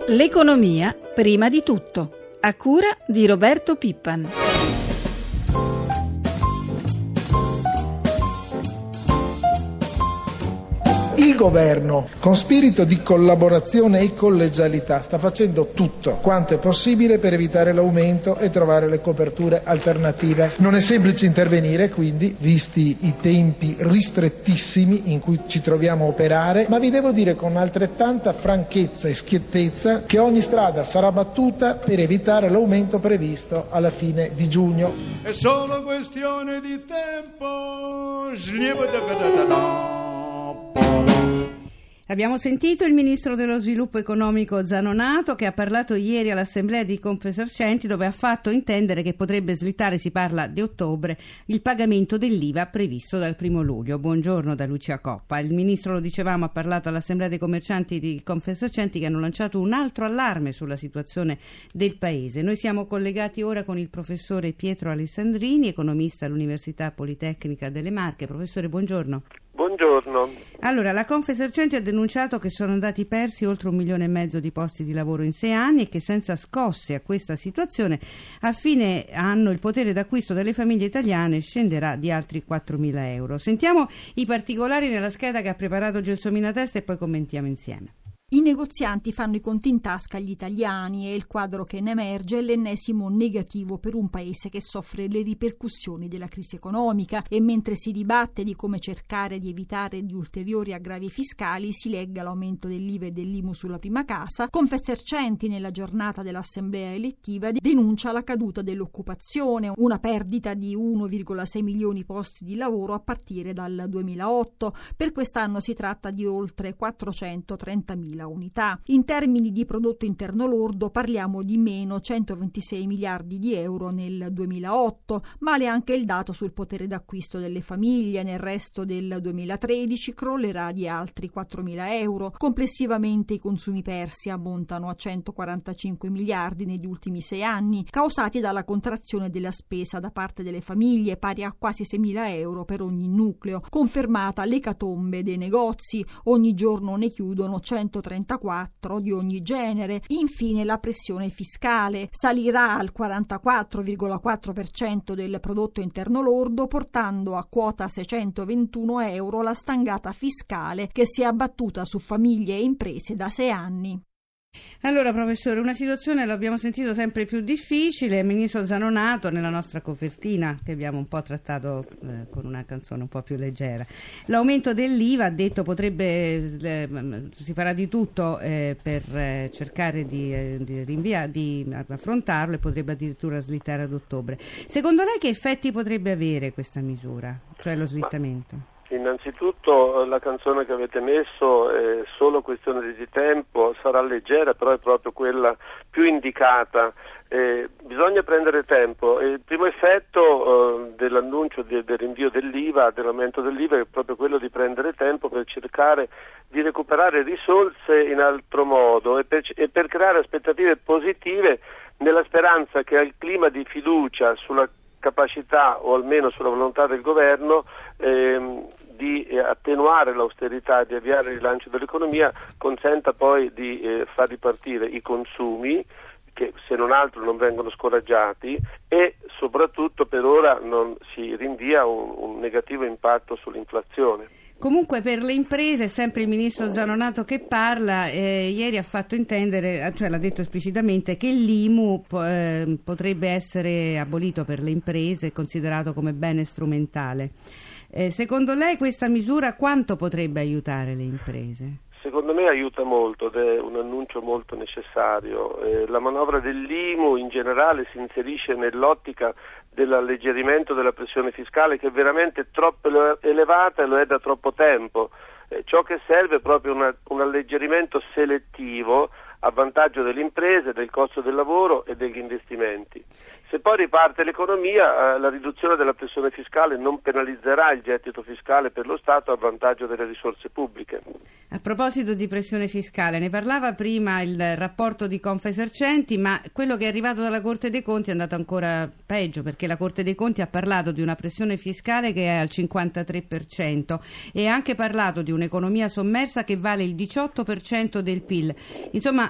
L'economia prima di tutto, a cura di Roberto Pippan. Il governo, con spirito di collaborazione e collegialità, sta facendo tutto quanto è possibile per evitare l'aumento e trovare le coperture alternative. Non è semplice intervenire, quindi, visti i tempi ristrettissimi in cui ci troviamo a operare, ma vi devo dire con altrettanta franchezza e schiettezza che ogni strada sarà battuta per evitare l'aumento previsto alla fine di giugno. È solo questione di tempo. Abbiamo sentito il ministro dello sviluppo economico Zanonato, che ha parlato ieri all'assemblea di Confesercenti, dove ha fatto intendere che potrebbe slittare, si parla di ottobre, il pagamento dell'IVA previsto dal 1 luglio. Buongiorno da Lucia Coppa. Il ministro, lo dicevamo, ha parlato all'assemblea dei commercianti di Confesercenti, che hanno lanciato un altro allarme sulla situazione del paese. Noi siamo collegati ora con il professore Pietro Alessandrini, economista all'Università Politecnica delle Marche. Professore, buongiorno. Buongiorno. Allora, la Confesercenti ha denunciato che sono andati persi oltre 1,5 milioni di posti di lavoro in 6 anni e che senza scosse a questa situazione a fine anno il potere d'acquisto delle famiglie italiane scenderà di altri 4.000 euro. Sentiamo i particolari nella scheda che ha preparato Gelsomina Testa e poi commentiamo insieme. I negozianti fanno i conti in tasca agli italiani e il quadro che ne emerge è l'ennesimo negativo per un paese che soffre le ripercussioni della crisi economica e mentre si dibatte di come cercare di evitare gli ulteriori aggravi fiscali, si legga l'aumento dell'IVA e dell'IMU sulla prima casa. Confesercenti nella giornata dell'assemblea elettiva denuncia la caduta dell'occupazione, una perdita di 1,6 milioni posti di lavoro a partire dal 2008. Per quest'anno si tratta di oltre 430.000 unità. In termini di prodotto interno lordo parliamo di meno 126 miliardi di euro nel 2008. Male anche il dato sul potere d'acquisto delle famiglie. Nel resto del 2013 crollerà di altri 4.000 euro. Complessivamente i consumi persi ammontano a 145 miliardi negli ultimi 6 anni, causati dalla contrazione della spesa da parte delle famiglie pari a quasi 6.000 euro per ogni nucleo, confermata l'ecatombe dei negozi. Ogni giorno ne chiudono 134 di ogni genere. Infine la pressione fiscale salirà al 44,4% del prodotto interno lordo, portando a quota 621 euro la stangata fiscale che si è abbattuta su famiglie e imprese da 6 anni. Allora, professore, una situazione, l'abbiamo sentito, sempre più difficile. Il ministro Zanonato, nella nostra copertina, che abbiamo un po' trattato con una canzone un po' più leggera, l'aumento dell'IVA, ha detto, si farà di tutto per cercare di affrontarlo e potrebbe addirittura slittare ad ottobre. Secondo lei che effetti potrebbe avere questa misura, cioè lo slittamento? Innanzitutto la canzone che avete messo è solo questione di tempo, sarà leggera, però è proprio quella più indicata. Bisogna prendere tempo. Il primo effetto dell'annuncio del rinvio dell'IVA, dell'aumento dell'IVA, è proprio quello di prendere tempo per cercare di recuperare risorse in altro modo e per creare aspettative positive, nella speranza che al clima di fiducia sulla capacità o almeno sulla volontà del governo di attenuare l'austerità, di avviare il rilancio dell'economia, consenta poi di far ripartire i consumi, che se non altro non vengono scoraggiati, e soprattutto per ora non si rinvia un negativo impatto sull'inflazione. Comunque per le imprese, sempre il ministro Zanonato che parla, ieri ha fatto intendere, cioè l'ha detto esplicitamente, che l'IMU potrebbe essere abolito per le imprese, considerato come bene strumentale. Secondo lei questa misura quanto potrebbe aiutare le imprese? Secondo me aiuta molto ed è un annuncio molto necessario. La manovra dell'IMU in generale si inserisce nell'ottica dell'alleggerimento della pressione fiscale, che è veramente troppo elevata e lo è da troppo tempo. Ciò che serve è proprio un alleggerimento selettivo a vantaggio delle imprese, del costo del lavoro e degli investimenti. Se poi riparte l'economia, la riduzione della pressione fiscale non penalizzerà il gettito fiscale per lo Stato a vantaggio delle risorse pubbliche. A proposito di pressione fiscale, ne parlava prima il rapporto di Confesercenti, ma quello che è arrivato dalla Corte dei Conti è andato ancora peggio, perché la Corte dei Conti ha parlato di una pressione fiscale che è al 53% e ha anche parlato di un'economia sommersa che vale il 18% del PIL. Insomma,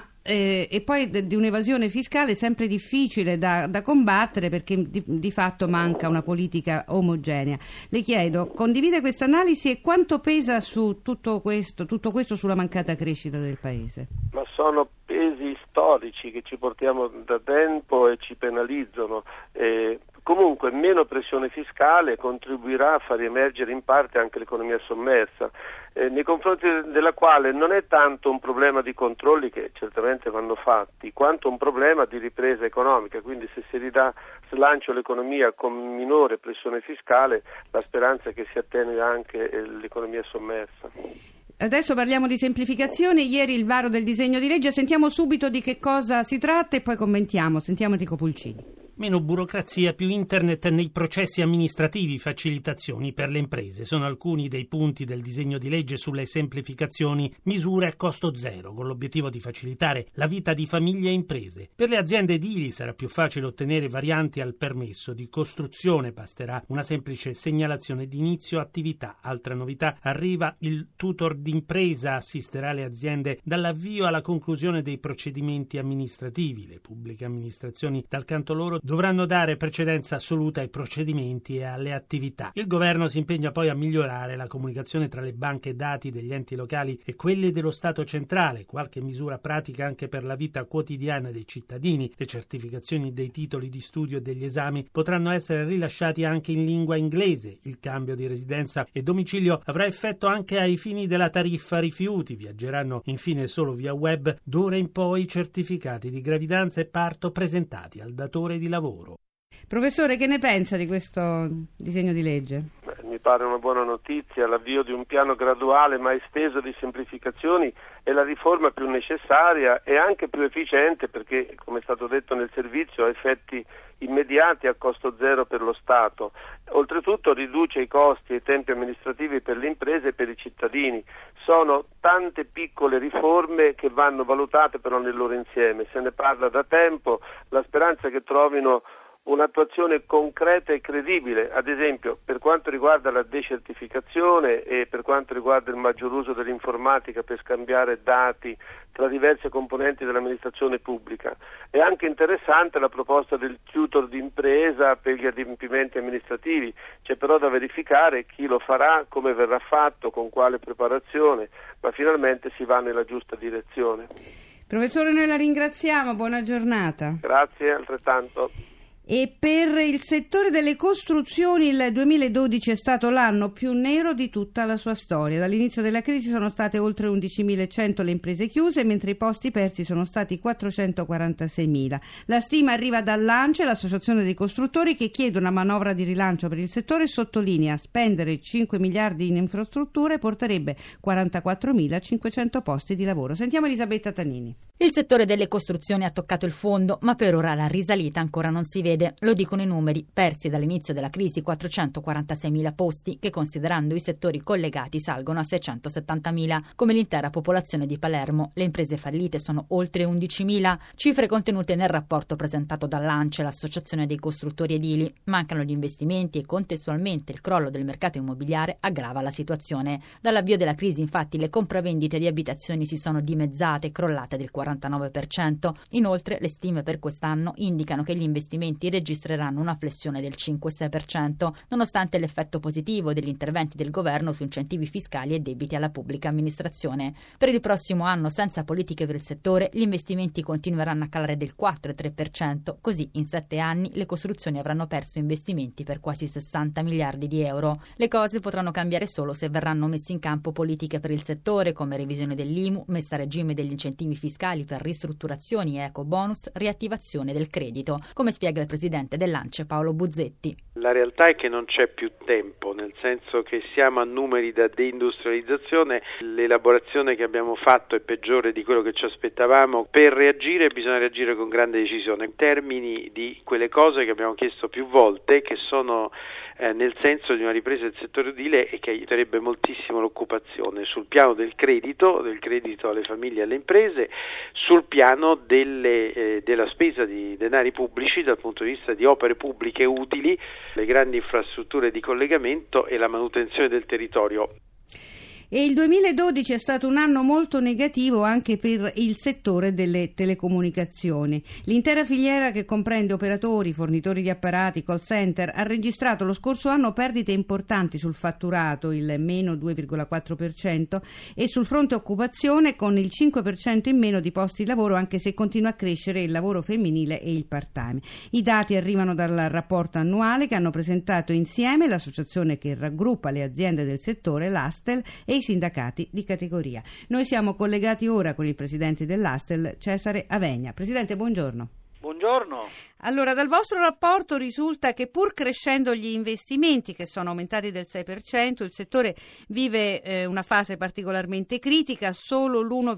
e poi di un'evasione fiscale sempre difficile da combattere, perché di fatto manca una politica omogenea. Le chiedo, condivide questa analisi e quanto pesa su tutto questo sulla mancata crescita del Paese? Ma sono pesi storici che ci portiamo da tempo e ci penalizzano. Comunque meno pressione fiscale contribuirà a far emergere in parte anche l'economia sommersa, nei confronti della quale non è tanto un problema di controlli, che certamente vanno fatti, quanto un problema di ripresa economica. Quindi se si ridà slancio all'economia con minore pressione fiscale, la speranza è che si attenui anche l'economia sommersa. Adesso parliamo di semplificazione. Ieri il varo del disegno di legge, sentiamo subito di che cosa si tratta e poi commentiamo. Sentiamo Enrico Pulcini. Meno burocrazia, più internet nei processi amministrativi, facilitazioni per le imprese. Sono alcuni dei punti del disegno di legge sulle semplificazioni, misure a costo zero, con l'obiettivo di facilitare la vita di famiglie e imprese. Per le aziende edili sarà più facile ottenere varianti al permesso di costruzione, basterà una semplice segnalazione di inizio attività. Altra novità, arriva il tutor d'impresa, assisterà le aziende dall'avvio alla conclusione dei procedimenti amministrativi. Le pubbliche amministrazioni, dal canto loro, dovranno dare precedenza assoluta ai procedimenti e alle attività. Il governo si impegna poi a migliorare la comunicazione tra le banche dati degli enti locali e quelle dello Stato centrale, qualche misura pratica anche per la vita quotidiana dei cittadini. Le certificazioni dei titoli di studio e degli esami potranno essere rilasciati anche in lingua inglese. Il cambio di residenza e domicilio avrà effetto anche ai fini della tariffa rifiuti. Viaggeranno infine solo via web d'ora in poi certificati di gravidanza e parto presentati al datore di lavoro. Professore, che ne pensa di questo disegno di legge? Mi pare una buona notizia. L'avvio di un piano graduale ma esteso di semplificazioni è la riforma più necessaria e anche più efficiente, perché, come è stato detto nel servizio, ha effetti immediati a costo zero per lo Stato. Oltretutto riduce i costi e i tempi amministrativi per le imprese e per i cittadini. Sono tante piccole riforme che vanno valutate però nel loro insieme. Se ne parla da tempo, la speranza è che trovino un'attuazione concreta e credibile, ad esempio per quanto riguarda la decertificazione e per quanto riguarda il maggior uso dell'informatica per scambiare dati tra diverse componenti dell'amministrazione pubblica. È anche interessante la proposta del tutor d'impresa per gli adempimenti amministrativi. C'è però da verificare chi lo farà, come verrà fatto, con quale preparazione, ma finalmente si va nella giusta direzione. Professore, noi la ringraziamo, buona giornata. Grazie, altrettanto. E per il settore delle costruzioni il 2012 è stato l'anno più nero di tutta la sua storia. Dall'inizio della crisi sono state oltre 11.100 le imprese chiuse, mentre i posti persi sono stati 446.000. La stima arriva dall'ANCE, l'associazione dei costruttori, che chiede una manovra di rilancio per il settore e sottolinea: spendere 5 miliardi in infrastrutture porterebbe 44.500 posti di lavoro. Sentiamo Elisabetta Tanini. Il settore delle costruzioni ha toccato il fondo, ma per ora la risalita ancora non si vede. Lo dicono i numeri: persi dall'inizio della crisi 446.000 posti, che considerando i settori collegati salgono a 670.000, come l'intera popolazione di Palermo. Le imprese fallite sono oltre 11.000, cifre contenute nel rapporto presentato dall'ANCE, l'associazione dei costruttori edili. Mancano gli investimenti e contestualmente il crollo del mercato immobiliare aggrava la situazione. Dall'avvio della crisi, infatti, le compravendite di abitazioni si sono dimezzate, crollate del 49%. Inoltre, le stime per quest'anno indicano che gli investimenti registreranno una flessione del 5-6%, nonostante l'effetto positivo degli interventi del governo su incentivi fiscali e debiti alla pubblica amministrazione. Per il prossimo anno, senza politiche per il settore, gli investimenti continueranno a calare del 4-3%, così in 7 anni le costruzioni avranno perso investimenti per quasi 60 miliardi di euro. Le cose potranno cambiare solo se verranno messe in campo politiche per il settore, come revisione dell'IMU, messa a regime degli incentivi fiscali per ristrutturazioni e ecobonus, riattivazione del credito, come spiega il presidente dell'ANCE Paolo Buzzetti. La realtà è che non c'è più tempo, nel senso che siamo a numeri da deindustrializzazione, l'elaborazione che abbiamo fatto è peggiore di quello che ci aspettavamo. Per reagire bisogna reagire con grande decisione, in termini di quelle cose che abbiamo chiesto più volte, che sono nel senso di una ripresa del settore edile e che aiuterebbe moltissimo l'occupazione, sul piano del credito alle famiglie e alle imprese, sul piano della spesa di denari pubblici dal punto di vista di opere pubbliche utili, le grandi infrastrutture di collegamento e la manutenzione del territorio. E il 2012 è stato un anno molto negativo anche per il settore delle telecomunicazioni. L'intera filiera, che comprende operatori, fornitori di apparati, call center, ha registrato lo scorso anno perdite importanti sul fatturato, il meno 2,4%, e sul fronte occupazione con il 5% in meno di posti di lavoro, anche se continua a crescere il lavoro femminile e il part-time. I dati arrivano dal rapporto annuale che hanno presentato insieme l'associazione che raggruppa le aziende del settore, l'Astel, e i sindacati di categoria. Noi siamo collegati ora con il presidente dell'Astel, Cesare Avegna. Presidente, buongiorno. Buongiorno. Allora, dal vostro rapporto risulta che pur crescendo gli investimenti, che sono aumentati del 6%, il settore vive una fase particolarmente critica. Solo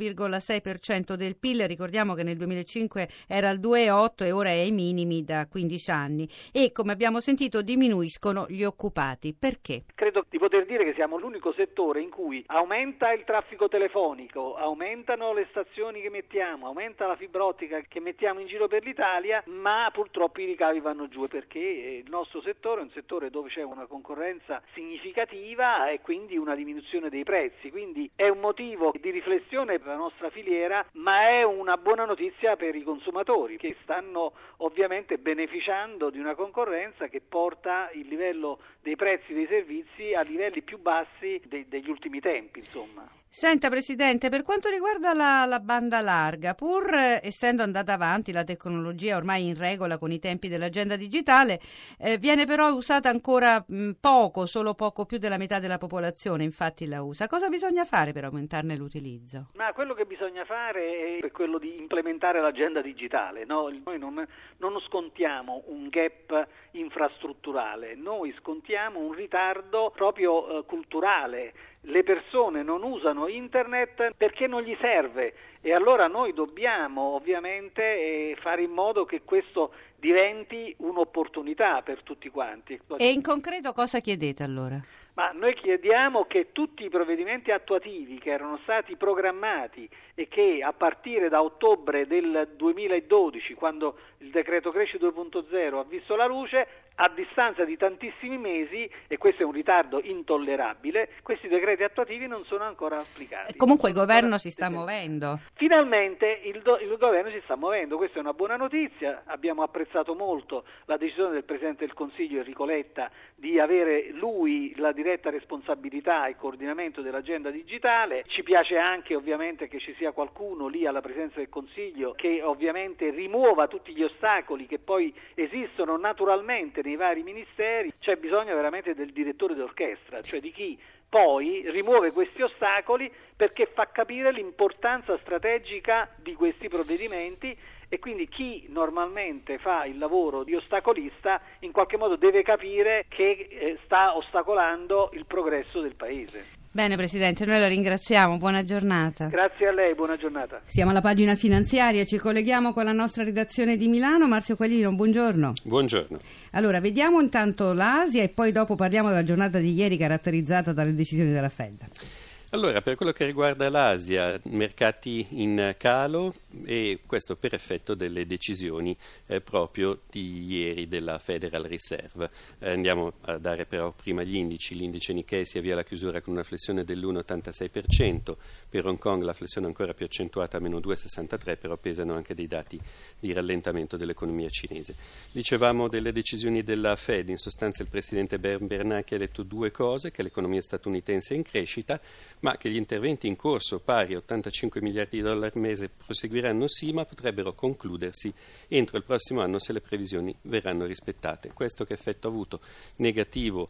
l'1,6% del PIL, ricordiamo che nel 2005 era al 2,8% e ora è ai minimi da 15 anni, e come abbiamo sentito diminuiscono gli occupati. Perché? Credo di poter dire che siamo l'unico settore in cui aumenta il traffico telefonico, aumentano le stazioni che mettiamo, aumenta la fibra ottica che mettiamo in giro per l'Italia, ma purtroppo i ricavi vanno giù, perché il nostro settore è un settore dove c'è una concorrenza significativa e quindi una diminuzione dei prezzi. Quindi è un motivo di riflessione per la nostra filiera, ma è una buona notizia per i consumatori, che stanno ovviamente beneficiando di una concorrenza che porta il livello dei prezzi dei servizi a livelli più bassi degli ultimi tempi, insomma. Senta, Presidente, per quanto riguarda la banda larga, pur essendo andata avanti la tecnologia ormai in regola con i tempi dell'agenda digitale, viene però usata ancora poco, solo poco più della metà della popolazione infatti la usa. Cosa bisogna fare per aumentarne l'utilizzo? Ma quello che bisogna fare è quello di implementare l'agenda digitale, no? Noi non scontiamo un gap infrastrutturale, noi scontiamo un ritardo proprio culturale. Le persone non usano internet perché non gli serve, e allora noi dobbiamo ovviamente fare in modo che questo diventi un'opportunità per tutti quanti. E in concreto cosa chiedete allora? Ma noi chiediamo che tutti i provvedimenti attuativi che erano stati programmati e che a partire da ottobre del 2012, quando il decreto Crescita 2.0 ha visto la luce, a distanza di tantissimi mesi, e questo è un ritardo intollerabile, questi decreti attuativi non sono ancora applicati. Comunque il governo si sta muovendo. Finalmente il governo si sta muovendo, questa è una buona notizia. Abbiamo apprezzato molto la decisione del Presidente del Consiglio, Enrico Letta, di avere lui la diretta responsabilità e coordinamento dell'agenda digitale. Ci piace anche ovviamente che ci sia qualcuno lì alla Presidenza del Consiglio che ovviamente rimuova tutti gli ostacoli che poi esistono naturalmente nei vari ministeri. C'è bisogno veramente del direttore d'orchestra, cioè di chi poi rimuove questi ostacoli, perché fa capire l'importanza strategica di questi provvedimenti, e quindi chi normalmente fa il lavoro di ostacolista in qualche modo deve capire che sta ostacolando il progresso del Paese. Bene, Presidente, noi la ringraziamo, buona giornata. Grazie a lei, buona giornata. Siamo alla pagina finanziaria, ci colleghiamo con la nostra redazione di Milano. Marzio Quaglino, buongiorno. Buongiorno. Allora, vediamo intanto l'Asia e poi dopo parliamo della giornata di ieri caratterizzata dalle decisioni della Fed. Allora, per quello che riguarda l'Asia, mercati in calo, e questo per effetto delle decisioni proprio di ieri della Federal Reserve. Andiamo a dare però prima gli indici. L'indice Nikkei si avvia alla chiusura con una flessione dell'1,86%, per Hong Kong la flessione ancora più accentuata a meno 2,63%, però pesano anche dei dati di rallentamento dell'economia cinese. Dicevamo delle decisioni della Fed, in sostanza il presidente Bernanke ha detto due cose: che l'economia statunitense è in crescita, ma che gli interventi in corso, pari a 85 miliardi di dollari al mese, proseguiranno sì, ma potrebbero concludersi entro il prossimo anno se le previsioni verranno rispettate. Questo che effetto ha avuto? Negativo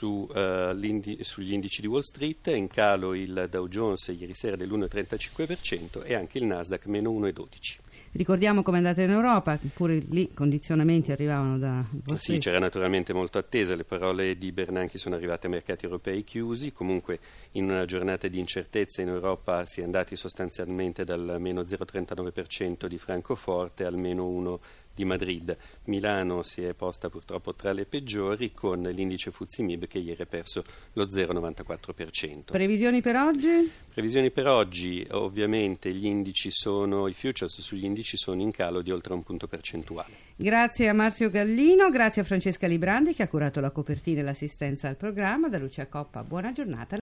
sugli indici di Wall Street, in calo il Dow Jones ieri sera dell'1,35% e anche il Nasdaq meno 1,12%. Ricordiamo come è andata in Europa, pure lì condizionamenti arrivavano da... Sì, c'era naturalmente molto attesa, le parole di Bernanke sono arrivate ai mercati europei chiusi, comunque in una giornata di incertezza in Europa si è andati sostanzialmente dal meno 0,39% di Francoforte al meno 1% di Madrid. Milano si è posta purtroppo tra le peggiori, con l'indice FTSE MIB che ieri ha perso lo 0,94%. Previsioni per oggi? Previsioni per oggi, ovviamente i futures sugli indici sono in calo di oltre un punto percentuale. Grazie a Marzio Gallino, grazie a Francesca Librandi che ha curato la copertina e l'assistenza al programma. Da Lucia Coppa, buona giornata.